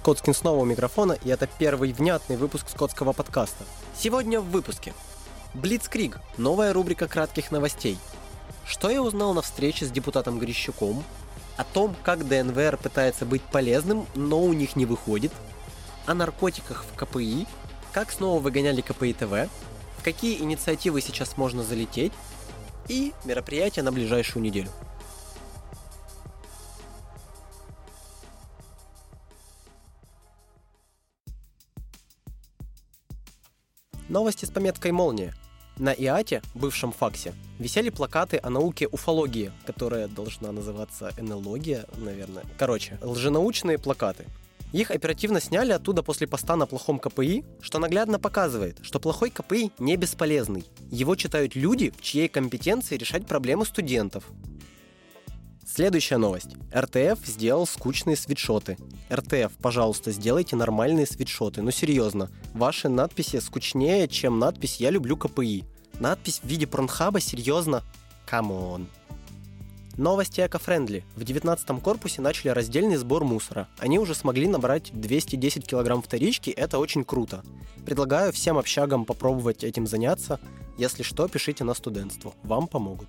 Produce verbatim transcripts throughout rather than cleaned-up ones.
Скотскин снова у микрофона, и это первый внятный выпуск скотского подкаста. Сегодня в выпуске. Блицкриг – новая рубрика кратких новостей. Что я узнал на встрече с депутатом Грищуком? О том, как ДНВР пытается быть полезным, но у них не выходит. О наркотиках в КПИ. Как снова выгоняли КПИ ТВ. В какие инициативы сейчас можно залететь. И мероприятия на ближайшую неделю. Новости с пометкой «Молния». На ИАТе, бывшем ФАКСе, висели плакаты о науке уфологии, которая должна называться энология, наверное. Короче, лженаучные плакаты. Их оперативно сняли оттуда после поста на плохом КПИ, что наглядно показывает, что плохой КПИ не бесполезный. Его читают люди, в чьей компетенции решать проблемы студентов. Следующая новость. эр тэ эф сделал скучные свитшоты. эр тэ эф, пожалуйста, сделайте нормальные свитшоты. Ну серьезно, ваши надписи скучнее, чем надпись «Я люблю КПИ». Надпись в виде порнхаба, серьезно? Камон. Новости эко-френдли. В девятнадцатом корпусе начали раздельный сбор мусора. Они уже смогли набрать двести десять килограмм вторички, это очень круто. Предлагаю всем общагам попробовать этим заняться. Если что, пишите на студентство, вам помогут.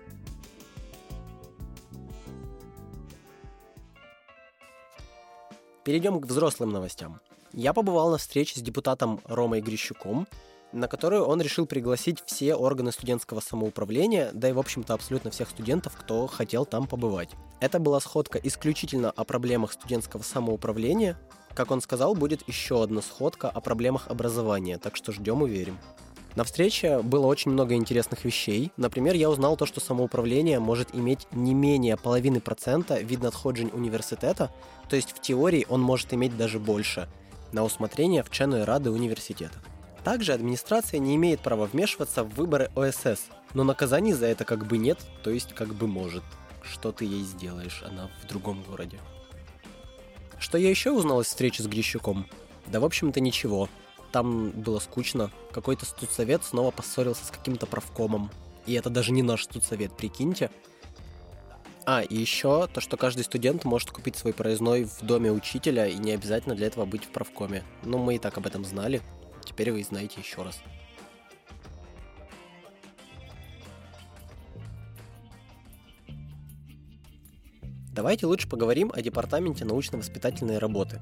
Перейдем к взрослым новостям. Я побывал на встрече с депутатом Ромой Грищуком, на которую он решил пригласить все органы студентского самоуправления, да и, в общем-то, абсолютно всех студентов, кто хотел там побывать. Это была сходка исключительно о проблемах студентского самоуправления. Как он сказал, будет еще одна сходка о проблемах образования, так что ждем и верим. На встрече было очень много интересных вещей. Например, я узнал то, что самоуправление может иметь не менее половины процента вид надходжень университета, то есть в теории он может иметь даже больше, на усмотрение вченої рады университета. Также администрация не имеет права вмешиваться в выборы о эс эс, но наказаний за это как бы нет, то есть как бы может. Что ты ей сделаешь, она в другом городе. Что я еще узнал из встречи с Грищуком? Да в общем-то ничего. Там было скучно. Какой-то студсовет снова поссорился с каким-то правкомом. И это даже не наш студсовет, прикиньте. А, и еще то, что каждый студент может купить свой проездной в доме учителя, и не обязательно для этого быть в правкоме. Ну, мы и так об этом знали. Теперь вы знаете еще раз. Давайте лучше поговорим о департаменте научно-воспитательной работы.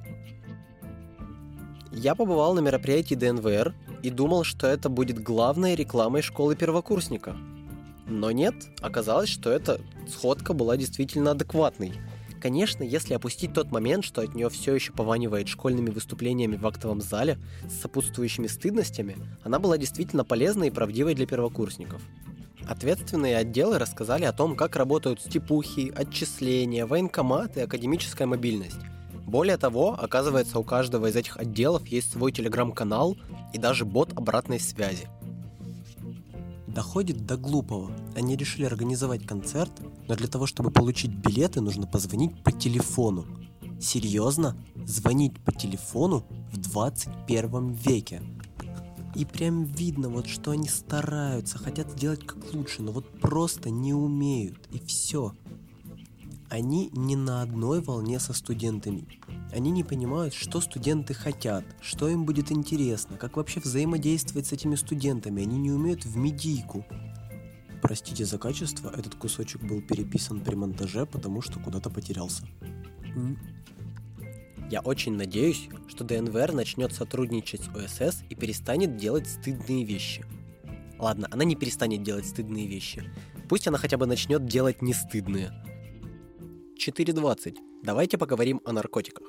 Я побывал на мероприятии ДНВР и думал, что это будет главной рекламой школы первокурсника. Но нет, оказалось, что эта сходка была действительно адекватной. Конечно, если опустить тот момент, что от нее все еще пованивает школьными выступлениями в актовом зале с сопутствующими стыдностями, она была действительно полезной и правдивой для первокурсников. Ответственные отделы рассказали о том, как работают стипухи, отчисления, военкоматы и академическая мобильность. Более того, оказывается, у каждого из этих отделов есть свой телеграм-канал и даже бот обратной связи. Доходит до глупого. Они решили организовать концерт, но для того, чтобы получить билеты, нужно позвонить по телефону. Серьезно? Звонить по телефону в двадцать первом веке. И прям видно, вот, что они стараются, хотят сделать как лучше, но вот просто не умеют, и все. Они не на одной волне со студентами. Они не понимают, что студенты хотят, что им будет интересно, как вообще взаимодействовать с этими студентами. Они не умеют в медийку. Простите за качество, этот кусочек был переписан при монтаже, потому что куда-то потерялся. Я очень надеюсь, что ДНВР начнет сотрудничать с о эс эс и перестанет делать стыдные вещи. Ладно, она не перестанет делать стыдные вещи. Пусть она хотя бы начнет делать нестыдные. четыре двадцать. Давайте поговорим о наркотиках.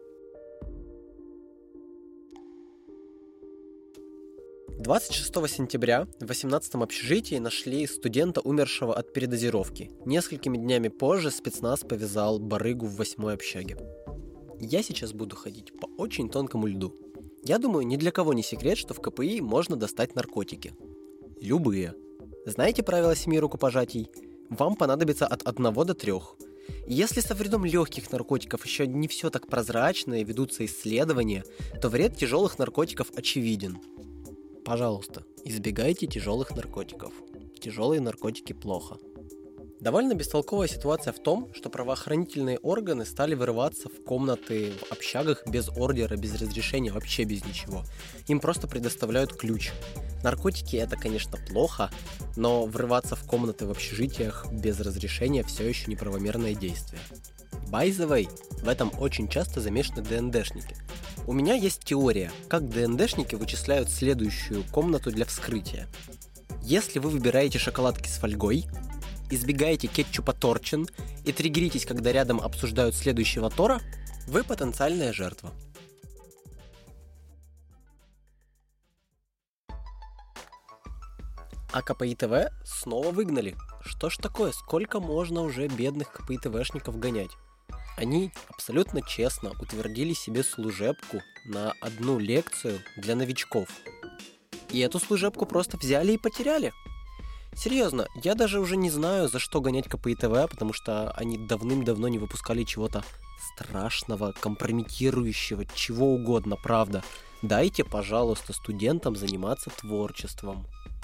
двадцать шестого сентября в восемнадцатом общежитии нашли студента, умершего от передозировки. Несколькими днями позже спецназ повязал барыгу в восьмой общаге. Я сейчас буду ходить по очень тонкому льду. Я думаю, ни для кого не секрет, что в КПИ можно достать наркотики. Любые. Знаете правила семи рукопожатий? Вам понадобится от одного до трех. Если со вредом легких наркотиков еще не все так прозрачно и ведутся исследования, то вред тяжелых наркотиков очевиден. Пожалуйста, избегайте тяжелых наркотиков. Тяжелые наркотики плохо. Довольно бестолковая ситуация в том, что правоохранительные органы стали вырываться в комнаты в общагах без ордера, без разрешения, вообще без ничего. Им просто предоставляют ключ. Наркотики — это, конечно, плохо, но врываться в комнаты в общежитиях без разрешения все еще неправомерное действие. By the way, в этом очень часто замешаны ДНДшники. У меня есть теория, как ДНДшники вычисляют следующую комнату для вскрытия. Если вы выбираете шоколадки с фольгой, избегаете кетчупа торчин и триггеритесь, когда рядом обсуждают следующего Тора, вы потенциальная жертва. А КПИ ТВ снова выгнали. Что ж такое, сколько можно уже бедных КПИ ТВшников гонять? Они абсолютно честно утвердили себе служебку на одну лекцию для новичков. И эту служебку просто взяли и потеряли. Серьезно, я даже уже не знаю, за что гонять КПИ ТВ, потому что они давным-давно не выпускали чего-то страшного, компрометирующего, чего угодно, правда. Дайте, пожалуйста, студентам заниматься творчеством.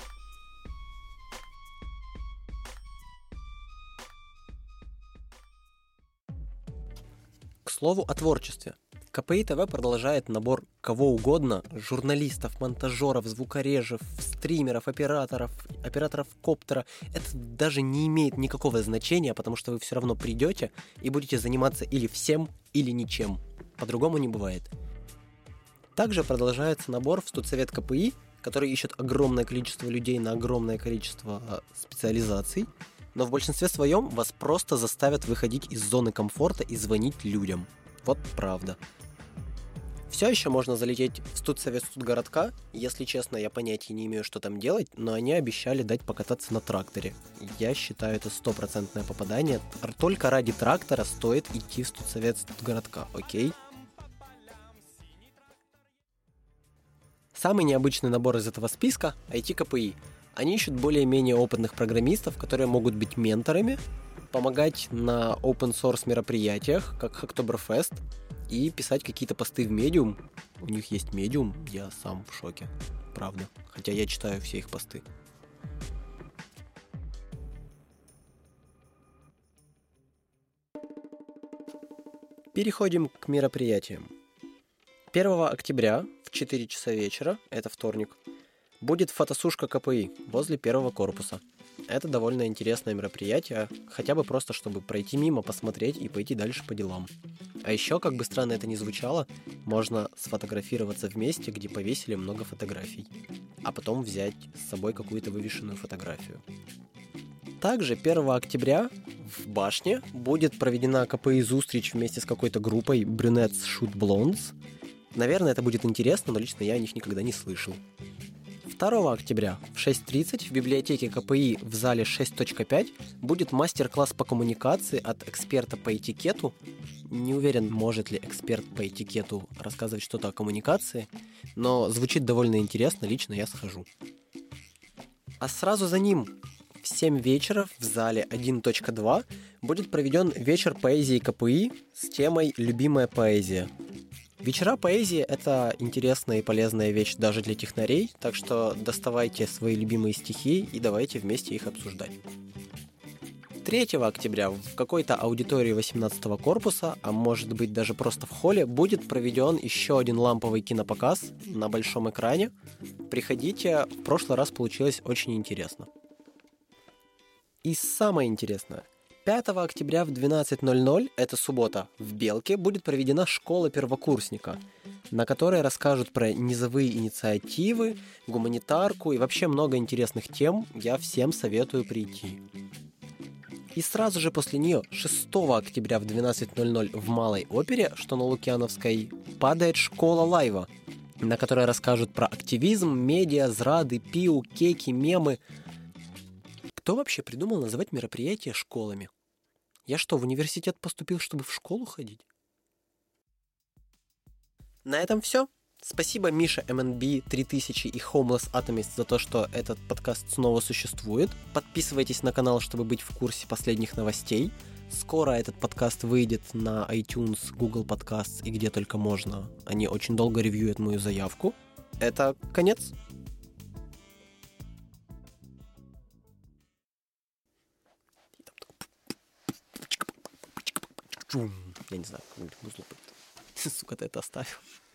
К слову о творчестве. КПИ ТВ продолжает набор кого угодно, журналистов, монтажеров, звукорежев, стримеров, операторов, операторов коптера. Это даже не имеет никакого значения, потому что вы все равно придете и будете заниматься или всем, или ничем. По-другому не бывает. Также продолжается набор в студсовет КПИ, который ищет огромное количество людей на огромное количество специализаций, но в большинстве своем вас просто заставят выходить из зоны комфорта и звонить людям. Вот правда. Все еще можно залететь в студсовет студгородка. Если честно, я понятия не имею, что там делать, но они обещали дать покататься на тракторе. Я считаю, это стопроцентное попадание. Только ради трактора стоит идти в студсовет студгородка, окей? Самый необычный набор из этого списка — ай ти КПИ. Они ищут более-менее опытных программистов, которые могут быть менторами, помогать на open-source мероприятиях, как Hacktoberfest, и писать какие-то посты в Medium. У них есть Medium, я сам в шоке, правда. Хотя я читаю все их посты. Переходим к мероприятиям. первого октября в четыре часа вечера, это вторник, будет фотосушка КПИ возле первого корпуса. Это довольно интересное мероприятие, хотя бы просто, чтобы пройти мимо, посмотреть и пойти дальше по делам. А еще, как бы странно это ни звучало, можно сфотографироваться в месте, где повесили много фотографий, а потом взять с собой какую-то вывешенную фотографию. Также первого октября в башне будет проведена КПИ-зустрич вместе с какой-то группой Brunettes Shoot Blondes. Наверное, это будет интересно, но лично я о них никогда не слышал. второго октября в шесть тридцать в библиотеке КПИ в зале шесть точка пять будет мастер-класс по коммуникации от эксперта по этикету. Не уверен, может ли эксперт по этикету рассказывать что-то о коммуникации, но звучит довольно интересно, лично я схожу. А сразу за ним в семь вечера в зале один точка два будет проведен вечер поэзии КПИ с темой «Любимая поэзия». Вечера поэзии — это интересная и полезная вещь даже для технарей, так что доставайте свои любимые стихи и давайте вместе их обсуждать. третьего октября в какой-то аудитории восемнадцатого корпуса, а может быть даже просто в холле, будет проведен еще один ламповый кинопоказ на большом экране. Приходите, в прошлый раз получилось очень интересно. И самое интересное. пятого октября в двенадцать ноль ноль, это суббота, в Белке будет проведена школа первокурсника, на которой расскажут про низовые инициативы, гуманитарку и вообще много интересных тем. Я всем советую прийти. И сразу же после нее, шестого октября в двенадцать ноль ноль в Малой опере, что на Лукьяновской, падает школа лайва, на которой расскажут про активизм, медиа, зрады, пиу, кеки, мемы. Кто вообще придумал называть мероприятия школами? Я что, в университет поступил, чтобы в школу ходить? На этом все. Спасибо Миша эм эн би три тысячи и Homeless Atomist за то, что этот подкаст снова существует. Подписывайтесь на канал, чтобы быть в курсе последних новостей. Скоро этот подкаст выйдет на iTunes, Google Podcasts и где только можно. Они очень долго ревьюют мою заявку. Это конец. чум. Я не знаю, какое-нибудь музло будет. Сука, ты это оставил.